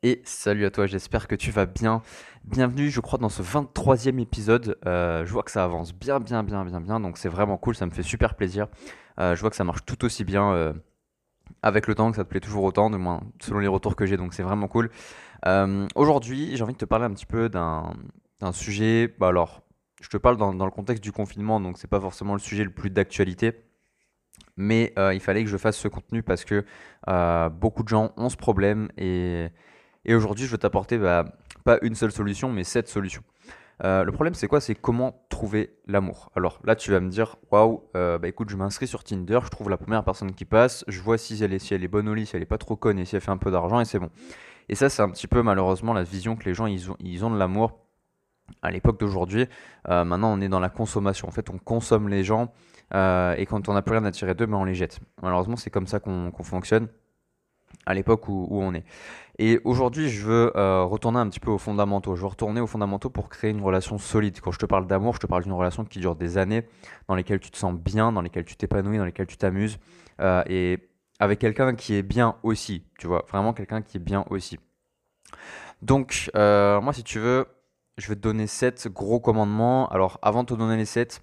Et salut à toi, j'espère que tu vas bien. Bienvenue, je crois, dans ce 23e épisode. Je vois que ça avance bien, donc c'est vraiment cool, ça me fait super plaisir. Je vois que ça marche tout aussi bien avec le temps, que ça te plaît toujours autant, du moins selon les retours que j'ai, donc c'est vraiment cool. Aujourd'hui, j'ai envie de te parler un petit peu d'un sujet. Bah alors, je te parle dans le contexte du confinement, donc c'est pas forcément le sujet le plus d'actualité. Mais il fallait que je fasse ce contenu parce que beaucoup de gens ont ce problème et aujourd'hui, je vais t'apporter pas une seule solution, mais 7 solutions. Le problème, c'est quoi? C'est comment trouver l'amour. Alors là, tu vas me dire, waouh, bah écoute, je m'inscris sur Tinder, je trouve la première personne qui passe, je vois si elle est bonne au lit, si elle est pas trop conne et si elle fait un peu d'argent et c'est bon. Et ça, c'est un petit peu malheureusement la vision que les gens ils ont de l'amour à l'époque d'aujourd'hui. Maintenant, on est dans la consommation. En fait, on consomme les gens et quand on n'a plus rien à tirer d'eux, ben on les jette. Malheureusement, c'est comme ça qu'on fonctionne à l'époque où on est. Et aujourd'hui, je veux retourner un petit peu aux fondamentaux. Je veux retourner aux fondamentaux pour créer une relation solide. Quand je te parle d'amour, je te parle d'une relation qui dure des années, dans lesquelles tu te sens bien, dans lesquelles tu t'épanouis, dans lesquelles tu t'amuses, et avec quelqu'un qui est bien aussi, tu vois, vraiment quelqu'un qui est bien aussi. Donc, moi, si tu veux, je vais te donner 7 gros commandements. Alors, avant de te donner les 7,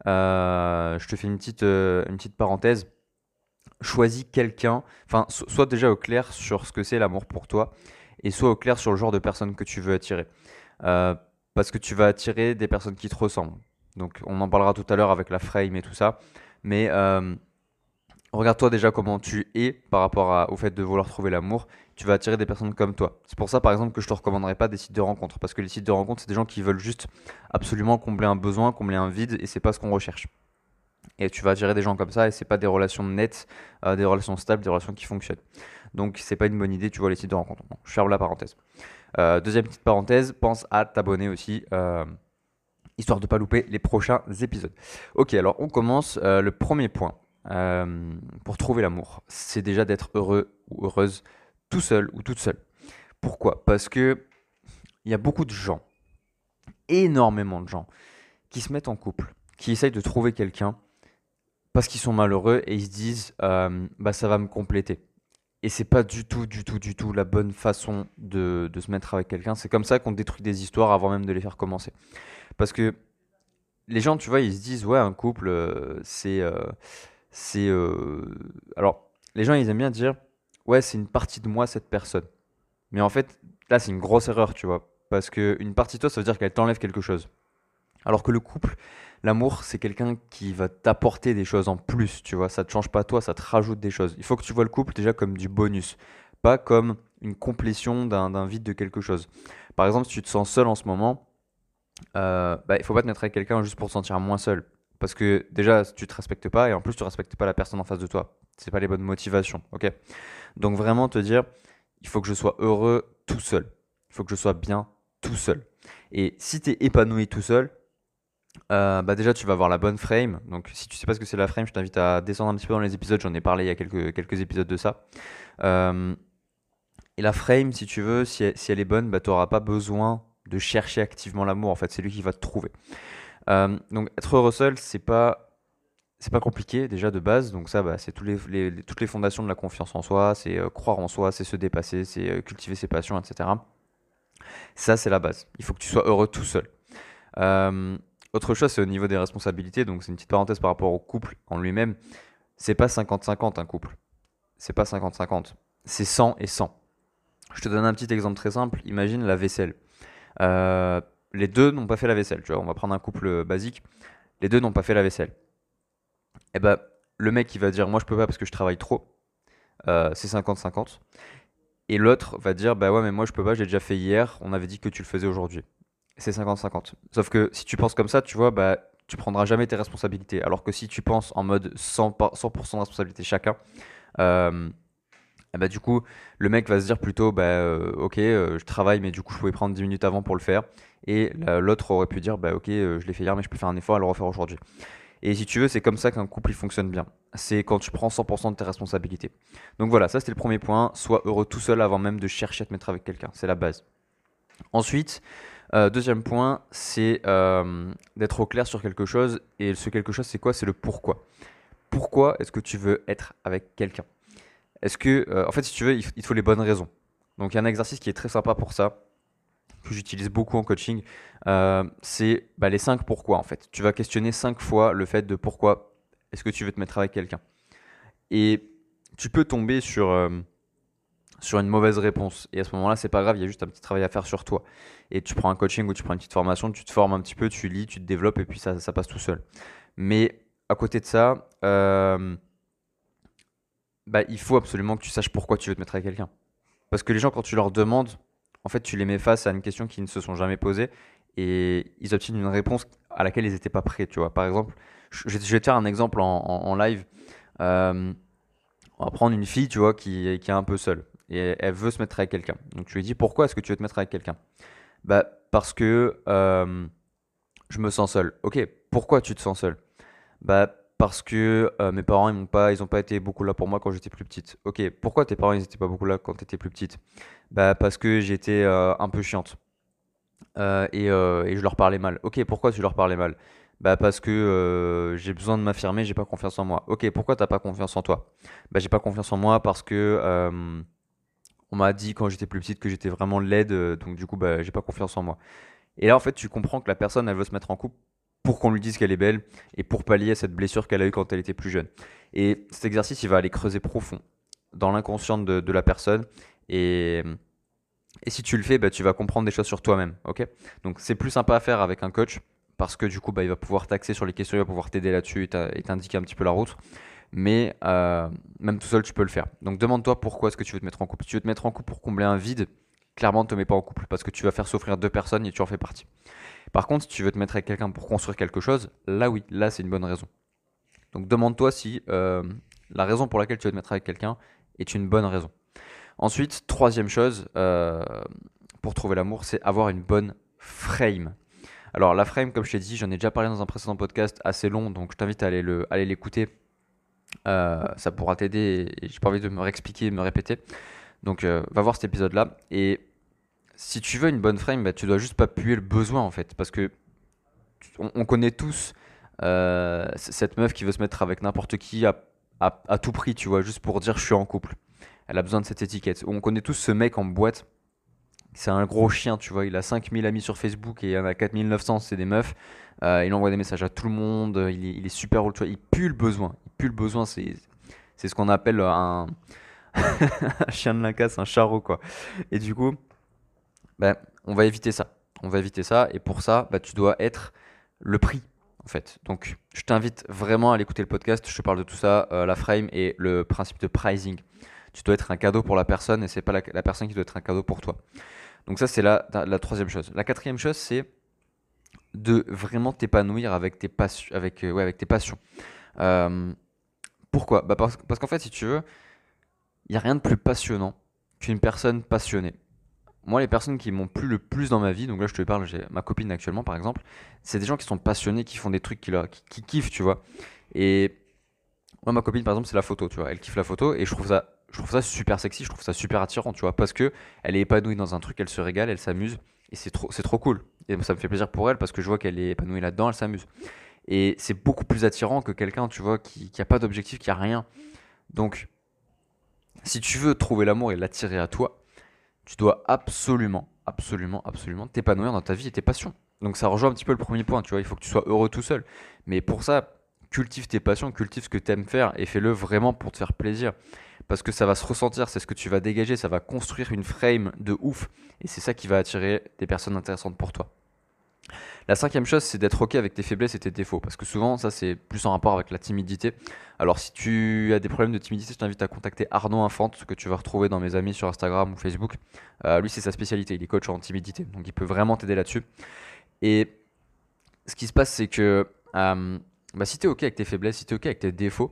je te fais une petite parenthèse. Choisis quelqu'un, enfin, sois déjà au clair sur ce que c'est l'amour pour toi et sois au clair sur le genre de personne que tu veux attirer. Euh, Parce que tu vas attirer des personnes qui te ressemblent. Donc, on en parlera tout à l'heure avec la frame et tout ça. Mais regarde-toi déjà comment tu es par rapport au fait de vouloir trouver l'amour. Tu vas attirer des personnes comme toi. C'est pour ça, par exemple, que je te recommanderais pas des sites de rencontres. Parce que les sites de rencontres, c'est des gens qui veulent juste absolument combler un besoin, combler un vide, et c'est pas ce qu'on recherche. Et tu vas attirer des gens comme ça, et c'est pas des relations nettes, des relations stables, des relations qui fonctionnent. Donc c'est pas une bonne idée, tu vois, les sites de rencontres. Bon, je ferme la parenthèse. Deuxième petite parenthèse, pense à t'abonner aussi, histoire de pas louper les prochains épisodes. Ok, alors on commence. Le premier point pour trouver l'amour, c'est déjà d'être heureux ou heureuse tout seul ou toute seule. Pourquoi? Parce que il y a beaucoup de gens, énormément de gens, qui se mettent en couple, qui essayent de trouver quelqu'un parce qu'ils sont malheureux et ils se disent bah ça va me compléter. Et c'est pas du tout la bonne façon de se mettre avec quelqu'un. C'est comme ça qu'on détruit des histoires avant même de les faire commencer. Parce que les gens, tu vois, ils se disent ouais un couple c'est alors les gens ils aiment bien dire ouais c'est une partie de moi cette personne. Mais en fait là c'est une grosse erreur, tu vois. Parce que une partie de toi ça veut dire qu'elle t'enlève quelque chose. Alors que le couple, l'amour, c'est quelqu'un qui va t'apporter des choses en plus, tu vois. Ça te change pas toi, ça te rajoute des choses. Il faut que tu vois le couple déjà comme du bonus, pas comme une complétion d'un vide de quelque chose. Par exemple, si tu te sens seul en ce moment, bah, il faut pas te mettre avec quelqu'un juste pour te sentir moins seul. Parce que déjà, tu te respectes pas et en plus, tu respectes pas la personne en face de toi. C'est pas les bonnes motivations, ok? Donc vraiment te dire, il faut que je sois heureux tout seul. Il faut que je sois bien tout seul. Et si tu es épanoui tout seul, bah déjà, tu vas avoir la bonne frame. Donc, si tu sais pas ce que c'est la frame, je t'invite à descendre un petit peu dans les épisodes. J'en ai parlé il y a quelques épisodes de ça. Euh, et la frame, si tu veux, si elle est bonne, bah, tu n'auras pas besoin de chercher activement l'amour. En fait, c'est lui qui va te trouver. Donc, être heureux seul, c'est pas compliqué déjà de base. Donc, ça, bah, c'est toutes les fondations de la confiance en soi. C'est croire en soi, c'est se dépasser, c'est cultiver ses passions, etc. Ça, c'est la base. Il faut que tu sois heureux tout seul. Euh, Autre chose, c'est au niveau des responsabilités. Donc, c'est une petite parenthèse par rapport au couple en lui-même. C'est pas 50-50 un couple. C'est pas 50-50. C'est 100 et 100. Je te donne un petit exemple très simple. Imagine la vaisselle. Euh, les deux n'ont pas fait la vaisselle. Tu vois, on va prendre un couple basique. Les deux n'ont pas fait la vaisselle. Et ben, le mec, il va dire moi je peux pas parce que je travaille trop. C'est 50-50. Et l'autre va dire bah ouais, mais moi je peux pas, j'ai déjà fait hier. On avait dit que tu le faisais aujourd'hui. C'est 50-50. Sauf que si tu penses comme ça, tu vois, bah, tu prendras jamais tes responsabilités. Alors que si tu penses en mode 100% de responsabilité chacun, euh, bah, du coup, le mec va se dire plutôt, bah, ok, je travaille, mais du coup, je pouvais prendre 10 minutes avant pour le faire. Et l'autre aurait pu dire, bah, ok, je l'ai fait hier, mais je peux faire un effort à le refaire aujourd'hui. Et si tu veux, c'est comme ça qu'un couple il fonctionne bien. C'est quand tu prends 100% de tes responsabilités. Donc voilà, ça c'était le premier point. Sois heureux tout seul avant même de chercher à te mettre avec quelqu'un. C'est la base. Ensuite, deuxième point, c'est d'être au clair sur quelque chose. Et ce quelque chose, c'est quoi? C'est le pourquoi. Pourquoi est-ce que tu veux être avec quelqu'un? En fait, si tu veux, il te faut les bonnes raisons. Donc il y a un exercice qui est très sympa pour ça, que j'utilise beaucoup en coaching, c'est les 5 pourquoi en fait. Tu vas questionner 5 fois le fait de pourquoi est-ce que tu veux te mettre avec quelqu'un. Et tu peux tomber sur une mauvaise réponse. Et à ce moment-là, c'est pas grave, il y a juste un petit travail à faire sur toi. Et tu prends un coaching ou tu prends une petite formation, tu te formes un petit peu, tu lis, tu te développes et puis ça passe tout seul. Mais à côté de ça, il faut absolument que tu saches pourquoi tu veux te mettre avec quelqu'un. Parce que les gens, quand tu leur demandes, en fait, tu les mets face à une question qu'ils ne se sont jamais posée et ils obtiennent une réponse à laquelle ils n'étaient pas prêts, tu vois. Par exemple, je vais te faire un exemple en live. Euh, on va prendre une fille, tu vois, qui est un peu seule et elle veut se mettre avec quelqu'un. Donc tu lui dis pourquoi est-ce que tu veux te mettre avec quelqu'un? Parce que je me sens seul. Ok, pourquoi tu te sens seul? Parce que mes parents ils ont pas été beaucoup là pour moi quand j'étais plus petite. Ok, pourquoi tes parents ils étaient pas beaucoup là quand tu étais plus petite? Parce que j'étais un peu chiante et je leur parlais mal. Ok, pourquoi tu leur parlais mal? Parce que j'ai besoin de m'affirmer, j'ai pas confiance en moi. Ok, pourquoi t'as pas confiance en toi? J'ai pas confiance en moi parce que on m'a dit quand j'étais plus petite que j'étais vraiment laide, donc du coup j'ai pas confiance en moi. Et là en fait tu comprends que la personne elle veut se mettre en couple pour qu'on lui dise qu'elle est belle et pour pallier à cette blessure qu'elle a eue quand elle était plus jeune. Et cet exercice il va aller creuser profond dans l'inconscient de la personne et si tu le fais, tu vas comprendre des choses sur toi-même, ok? Donc c'est plus sympa à faire avec un coach parce que du coup, il va pouvoir t'axer sur les questions, il va pouvoir t'aider là-dessus et t'indiquer un petit peu la route. Mais même tout seul, tu peux le faire. Donc demande-toi pourquoi est-ce que tu veux te mettre en couple. Si tu veux te mettre en couple pour combler un vide, clairement, ne te mets pas en couple parce que tu vas faire souffrir deux personnes et tu en fais partie. Par contre, si tu veux te mettre avec quelqu'un pour construire quelque chose, là oui, là c'est une bonne raison. Donc demande-toi si la raison pour laquelle tu veux te mettre avec quelqu'un est une bonne raison. Ensuite, troisième chose, pour trouver l'amour, c'est avoir une bonne frame. Alors la frame, comme je t'ai dit, j'en ai déjà parlé dans un précédent podcast assez long, donc je t'invite à aller l'écouter. Ça pourra t'aider et j'ai pas envie de me réexpliquer et me répéter. Donc va voir cet épisode-là. Et si tu veux une bonne frame, tu dois juste pas puer le besoin en fait. Parce que on connaît tous cette meuf qui veut se mettre avec n'importe qui à tout prix, tu vois, juste pour dire je suis en couple. Elle a besoin de cette étiquette. On connaît tous ce mec en boîte. C'est un gros chien, tu vois. Il a 5000 amis sur Facebook et il y en a 4900, c'est des meufs. Il envoie des messages à tout le monde. Il est super tu vois. Il pue le besoin. Il pue le besoin. C'est ce qu'on appelle un chien de la casse, un charreau, quoi. Et du coup, on va éviter ça. On va éviter ça. Et pour ça, tu dois être le prix, en fait. Donc, je t'invite vraiment à aller écouter le podcast. Je te parle de tout ça, la frame et le principe de pricing. Tu dois être un cadeau pour la personne et c'est pas la personne qui doit être un cadeau pour toi. Donc ça, c'est la troisième chose. La quatrième chose, c'est de vraiment t'épanouir avec avec tes passions. Euh, Pourquoi? Parce qu'en fait, si tu veux, il n'y a rien de plus passionnant qu'une personne passionnée. Moi, les personnes qui m'ont plu le plus dans ma vie, donc là je te parle, j'ai ma copine actuellement par exemple, c'est des gens qui sont passionnés, qui font des trucs qui kiffent, tu vois. Et moi, ma copine par exemple, c'est la photo, tu vois. Elle kiffe la photo et je trouve ça super sexy, je trouve ça super attirant, tu vois, parce que elle est épanouie dans un truc, elle se régale, elle s'amuse et c'est trop cool. Et ça me fait plaisir pour elle parce que je vois qu'elle est épanouie là-dedans, elle s'amuse. Et c'est beaucoup plus attirant que quelqu'un, tu vois, qui a pas d'objectif, qui a rien. Donc, si tu veux trouver l'amour et l'attirer à toi, tu dois absolument, absolument, absolument t'épanouir dans ta vie et tes passions. Donc ça rejoint un petit peu le premier point, tu vois, il faut que tu sois heureux tout seul. Mais pour ça, cultive tes passions, cultive ce que tu aimes faire et fais-le vraiment pour te faire plaisir. Parce que ça va se ressentir, c'est ce que tu vas dégager, ça va construire une frame de ouf. Et c'est ça qui va attirer des personnes intéressantes pour toi. La cinquième chose, c'est d'être OK avec tes faiblesses et tes défauts. Parce que souvent, ça, c'est plus en rapport avec la timidité. Alors, si tu as des problèmes de timidité, je t'invite à contacter Arnaud Infante, que tu vas retrouver dans mes amis sur Instagram ou Facebook. Lui, c'est sa spécialité. Il est coach en timidité. Donc, il peut vraiment t'aider là-dessus. Et ce qui se passe, c'est que si tu es OK avec tes faiblesses, si tu es OK avec tes défauts,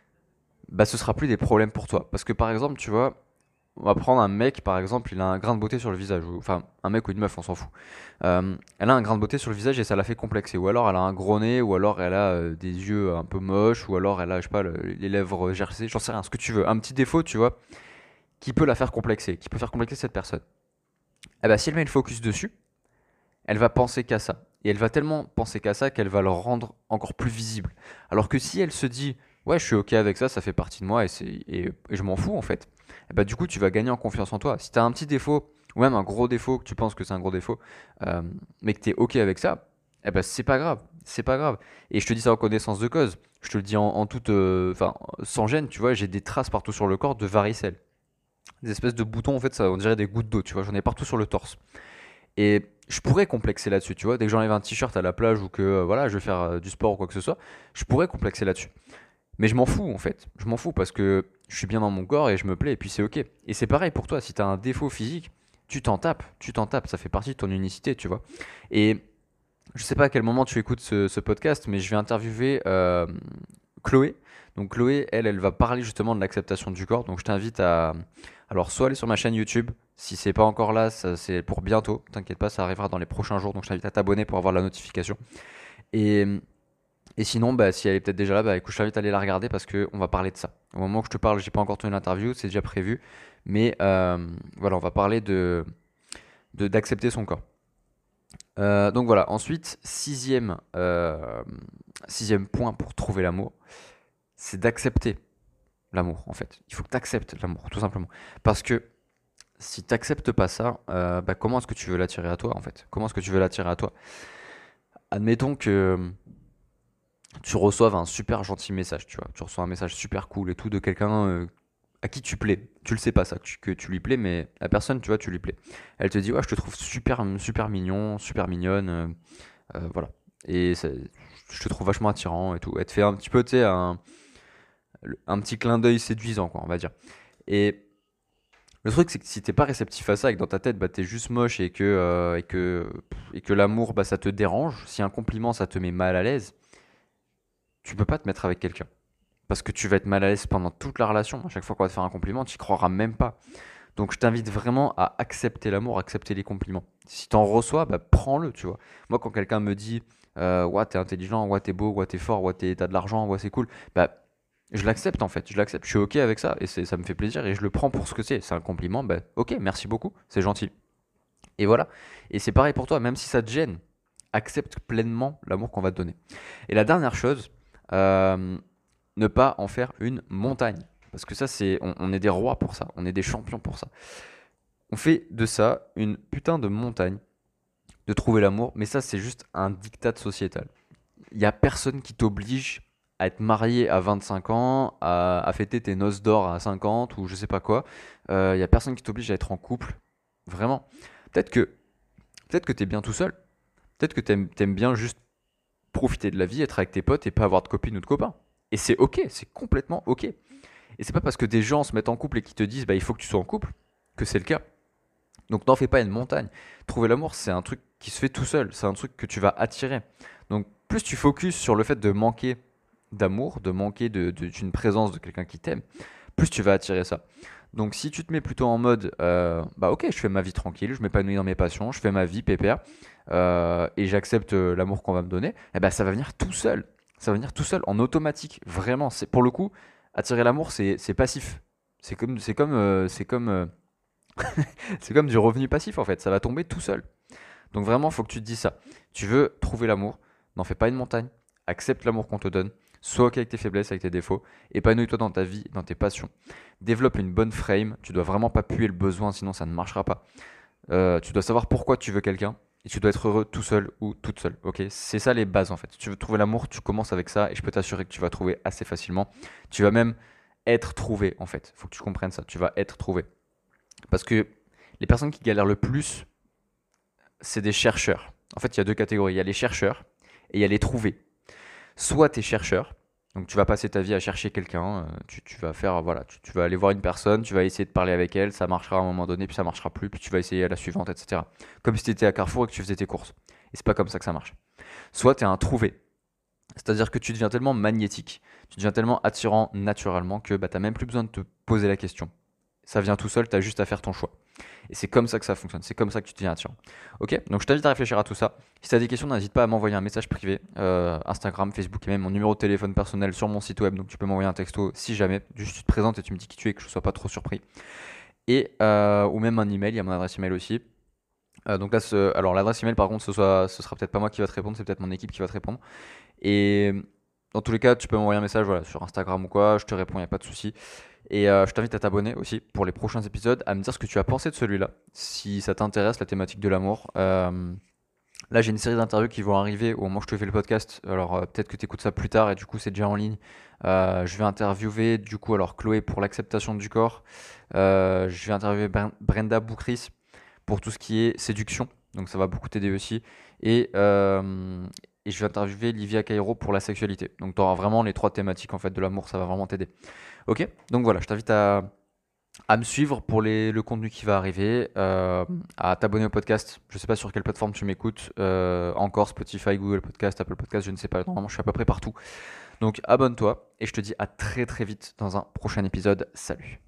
ce sera plus des problèmes pour toi. Parce que, par exemple, tu vois, on va prendre un mec, par exemple, il a un grain de beauté sur le visage. Enfin, un mec ou une meuf, on s'en fout. Elle a un grain de beauté sur le visage et ça la fait complexer. Ou alors elle a un gros nez, ou alors elle a des yeux un peu moches, ou alors elle a, je sais pas, les lèvres gercées, j'en sais rien, ce que tu veux. Un petit défaut, tu vois, qui peut la faire complexer, qui peut faire complexer cette personne. Si elle met le focus dessus, elle va penser qu'à ça. Et elle va tellement penser qu'à ça qu'elle va le rendre encore plus visible. Alors que si elle se dit, ouais, je suis ok avec ça, ça fait partie de moi et je m'en fous en fait. et bah, du coup, tu vas gagner en confiance en toi. Si tu as un petit défaut, ou même un gros défaut, que tu penses que c'est un gros défaut, euh, mais que tu es OK avec ça, eh ben, c'est pas grave. C'est pas grave. Et je te dis ça en connaissance de cause. Je te le dis en toute. Enfin, sans gêne, tu vois, j'ai des traces partout sur le corps de varicelle. Des espèces de boutons, en fait, ça, on dirait des gouttes d'eau, tu vois, j'en ai partout sur le torse. Et je pourrais complexer là-dessus, tu vois, dès que j'enlève un t-shirt à la plage ou que voilà, je vais faire du sport ou quoi que ce soit, je pourrais complexer là-dessus. Mais je m'en fous en fait, je m'en fous parce que je suis bien dans mon corps et je me plais et puis c'est ok. Et c'est pareil pour toi, si tu as un défaut physique, tu t'en tapes, ça fait partie de ton unicité, tu vois. Et je sais pas à quel moment tu écoutes ce podcast, mais je vais interviewer Chloé. Donc Chloé, elle va parler justement de l'acceptation du corps. Donc je t'invite à, alors soit aller sur ma chaîne YouTube, si c'est pas encore là, ça, c'est pour bientôt. T'inquiète pas, ça arrivera dans les prochains jours. Donc je t'invite à t'abonner pour avoir la notification. Et, et sinon, bah, si elle est peut-être déjà là, bah écoute, je t'invite à aller la regarder parce que on va parler de ça. Au moment où je te parle, j'ai pas encore tenu l'interview, c'est déjà prévu. Mais voilà, on va parler d'accepter son corps. Donc voilà, ensuite, sixième point pour trouver l'amour, c'est d'accepter l'amour en fait. Il faut que tu acceptes l'amour, tout simplement. Parce que si tu n'acceptes pas ça, bah, comment est-ce que tu veux l'attirer à toi en fait? Comment est-ce que tu veux l'attirer à toi? Admettons que tu reçoives un super gentil message, tu vois. Tu reçois un message super cool et tout de quelqu'un à qui tu plais. Tu le sais pas ça, que tu lui plais, mais la personne, tu vois, tu lui plais. Elle te dit, ouais, je te trouve super, super mignon, super mignonne. Voilà. Et je te trouve vachement attirant et tout. Elle te fait un petit peu, tu sais, un petit clin d'œil séduisant, quoi, on va dire. Et le truc, c'est que si t'es pas réceptif à ça et que dans ta tête, bah, t'es juste moche et que l'amour, bah, ça te dérange, si un compliment, ça te met mal à l'aise, tu peux pas te mettre avec quelqu'un. Parce que tu vas être mal à l'aise pendant toute la relation. À chaque fois qu'on va te faire un compliment, tu y croiras même pas. Donc je t'invite vraiment à accepter l'amour, accepter les compliments. Si t'en reçois, bah, prends-le, tu vois. Moi, quand quelqu'un me dit, ouais, t'es intelligent, ouais, t'es beau, ouais, t'es fort, ouais, t'as de l'argent, ouais, c'est cool, bah, je l'accepte en fait, je l'accepte, je suis ok avec ça et ça me fait plaisir et je le prends pour ce que c'est. C'est un compliment, bah, ok, merci beaucoup, c'est gentil. Et voilà. Et c'est pareil pour toi, même si ça te gêne, accepte pleinement l'amour qu'on va te donner. Et la dernière chose, euh, ne pas en faire une montagne. Parce que ça, on est des rois pour ça, on est des champions pour ça. On fait de ça une putain de montagne, de trouver l'amour, mais ça, c'est juste un diktat sociétal. Il n'y a personne qui t'oblige à être marié à 25 ans, à fêter tes noces d'or à 50 ou je sais pas quoi. Il n'y a personne qui t'oblige à être en couple. Vraiment. Peut-être que, peut-être que t'es bien tout seul. Peut-être que t'aimes bien juste profiter de la vie, être avec tes potes et pas avoir de copine ou de copain. Et c'est ok, c'est complètement ok. Et c'est pas parce que des gens se mettent en couple et qui te disent bah il faut que tu sois en couple que c'est le cas. Donc n'en fais pas une montagne. Trouver l'amour, c'est un truc qui se fait tout seul, c'est un truc que tu vas attirer. Donc plus tu focuses sur le fait de manquer d'amour, de manquer d'une présence de quelqu'un qui t'aime, plus tu vas attirer ça. Donc si tu te mets plutôt en mode, bah ok, je fais ma vie tranquille, je m'épanouis dans mes passions, je fais ma vie pépère, et j'accepte l'amour qu'on va me donner, et ben ça va venir tout seul. Ça va venir tout seul, en automatique, vraiment. C'est pour le coup, attirer l'amour, c'est passif. C'est comme du revenu passif en fait, ça va tomber tout seul. Donc vraiment, il faut que tu te dises ça. Tu veux trouver l'amour, n'en fais pas une montagne, accepte l'amour qu'on te donne, sois ok avec tes faiblesses, avec tes défauts, épanouis-toi dans ta vie, dans tes passions. Développe une bonne frame, tu dois vraiment pas puer le besoin, sinon ça ne marchera pas. Tu dois savoir pourquoi tu veux quelqu'un, et tu dois être heureux tout seul ou toute seule. Ok, c'est ça les bases en fait. Si tu veux trouver l'amour, tu commences avec ça, et je peux t'assurer que tu vas trouver assez facilement. Tu vas même être trouvé en fait. Faut que tu comprennes ça. Tu vas être trouvé. Parce que les personnes qui galèrent le plus, c'est des chercheurs. En fait, il y a deux catégories. Il y a les chercheurs et il y a les trouvés. Soit tu es chercheur, donc tu vas passer ta vie à chercher quelqu'un, tu vas faire, voilà, tu vas aller voir une personne, tu vas essayer de parler avec elle, ça marchera à un moment donné, puis ça marchera plus, puis tu vas essayer à la suivante, etc. Comme si tu étais à Carrefour et que tu faisais tes courses. Et c'est pas comme ça que ça marche. Soit tu es un trouvé, c'est-à-dire que tu deviens tellement magnétique, tu deviens tellement attirant naturellement que bah, tu n'as même plus besoin de te poser la question. Ça vient tout seul, tu as juste à faire ton choix. Et c'est comme ça que ça fonctionne, c'est comme ça que tu deviens attirant. Ok, donc je t'invite à réfléchir à tout ça. Si tu as des questions, n'hésite pas à m'envoyer un message privé, Instagram, Facebook et même mon numéro de téléphone personnel sur mon site web. Donc tu peux m'envoyer un texto si jamais, juste tu te présentes et tu me dis qui tu es, que je ne sois pas trop surpris. Et, ou même un email, il y a mon adresse email aussi. Donc là, alors l'adresse email par contre, ce sera peut-être pas moi qui va te répondre, c'est peut-être mon équipe qui va te répondre. Et Dans tous les cas, tu peux m'envoyer un message voilà, sur Instagram ou quoi, je te réponds, il n'y a pas de souci. Et je t'invite à t'abonner aussi pour les prochains épisodes, à me dire ce que tu as pensé de celui-là, si ça t'intéresse, la thématique de l'amour. Là, j'ai une série d'interviews qui vont arriver au moment où je te fais le podcast. Alors, peut-être que tu écoutes ça plus tard et du coup, c'est déjà en ligne. Je vais interviewer du coup alors Chloé pour l'acceptation du corps. Je vais interviewer Brenda Boucris pour tout ce qui est séduction. Donc, ça va beaucoup t'aider aussi. Et je vais interviewer Livia Cairo pour la sexualité. Donc, tu auras vraiment les trois thématiques en fait de l'amour. Ça va vraiment t'aider. Ok? Donc voilà, je t'invite à me suivre pour le contenu qui va arriver, à t'abonner au podcast. Je sais pas sur quelle plateforme tu m'écoutes, encore Spotify, Google Podcast, Apple Podcast, je ne sais pas. Normalement, je suis à peu près partout. Donc abonne-toi et je te dis à très très vite dans un prochain épisode. Salut.